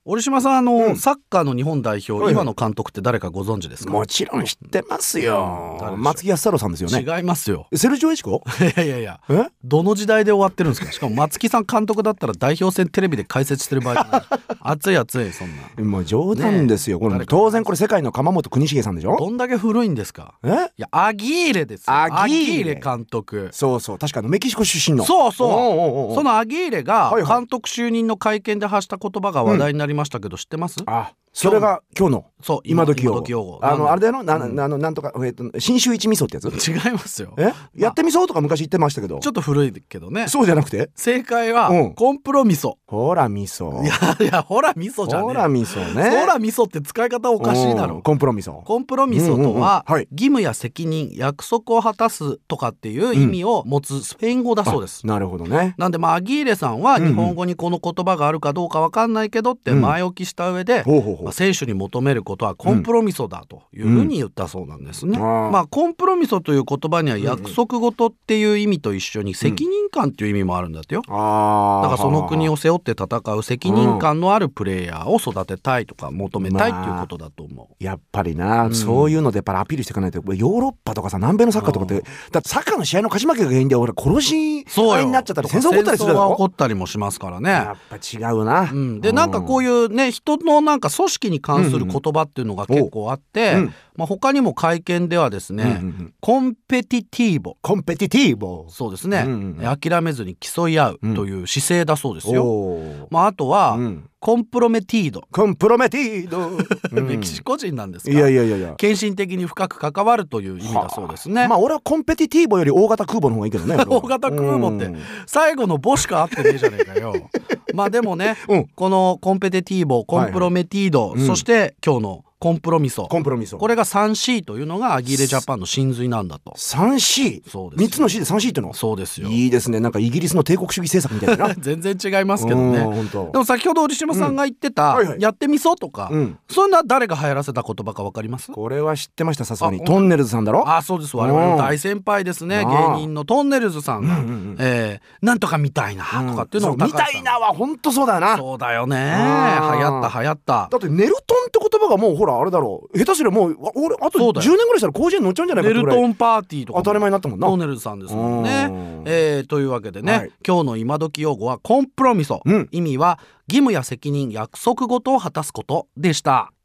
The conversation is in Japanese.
折島さんうんサッカーの日本代表、 はいはい、 今の監督って誰かご存知ですか？ もちろん知ってますよ、 誰でしょう？ 松木安太郎さんですよね。 違いますよ。 セルジオエチコいやいやいや、 えどの時代で終わってるんですか？しかも松木さん監督だったら代表戦テレビで解説してる場合じゃない熱い熱い、そんなもう冗談ですよ、これ当然これ世界の鎌本国重さんでしょ。 どんだけ古いんですか？いやアギーレですよ。 アギーレ監督。 そうそう、確かメキシコ出身の。 そうそう、 おうおうおう、 そのアギーレがはいはい監督就任の会見で発した言葉が話題になりましたけど、知ってます？ あ、それが今日のそう今時用語。 あれだよ、なんとか信州一味噌ってやつ。 違いますよ。 やってみそうとか昔言ってましたけど、 ちょっと古いけどね。 そうじゃなくて正解は、 うん、 コンプロミソ。 ほら味噌。 いやほら味噌じゃねえ。 ほら味噌ね。 ほら味噌って使い方おかしいだろ。 コンプロミソ。 コンプロミソとは、 はい、 義務や責任、約束を果たすとかっていう意味を持つスペイン語だそうです。 なるほどね。 なんでアギーレさんは日本語にこの言葉があるかどうかわかんないけどって前置きした上で、選手に求めることはコンプロミソだというふうに言ったそうなんですね。コンプロミソという言葉には約束事っていう意味と一緒に責任感っていう意味もあるんだってよ。だからその国を背負って戦う責任感のあるプレイヤーを育てたいとか求めたいっていうことだと思う。 やっぱりな、そういうのでやっぱりアピールしていかないと。ヨーロッパとかさ、南米のサッカーとかって、だってサッカーの試合の勝ち負けが原因で俺殺し合いになっちゃったり戦争起こったりするだろ。 戦争が起こったりもしますからね。 やっぱ違うな。 でなんかこういうね、人のなんか組織に関する言葉っていうのが結構あって、他にも会見ではですね、コンペティティーボ、そうですね、諦めずに競い合うという姿勢だそうですよ。あとは、コンプロメティードメキシコ人なんですか？いや献身的に深く関わるという意味だそうですね。 俺はコンペティティーボより大型空母の方がいいけどね。 大型空母って最後の母しか合ってねえじゃねえかよ。でもね、このコンペティティーボ、コンプロメティード、そして今日のコンプロミソ、これが 3C というのがアギーレジャパンの真髄なんだと。 3C、 3つの C で 3C っての。 そうですよ。 いいですね。なんかイギリスの帝国主義政策みたいな全然違いますけどね。でも先ほど折島さんが言ってた、やってみそうとか、そんな誰が流行らせた言葉か分かります？ これは知ってました。さすがにトンネルズさんだろ。 そうです。我々の大先輩ですね。芸人のトンネルズさんが、なんとかみたいなとかっていうのを、 みたいなは本当そうだよな。 そうだよね。流行った。 だってネルトンって言葉がもうほらあれだろう、下手すりゃもう俺あと10年ぐらいしたら甲子園乗っちゃうんじゃないかってぐらい。 ネルトンパーティーとか当たり前になったもんな。 トンネルズさんですもんね。というわけでね、今日の今時用語はコンプロミソ、意味は義務や責任、約束事を果たすことでした。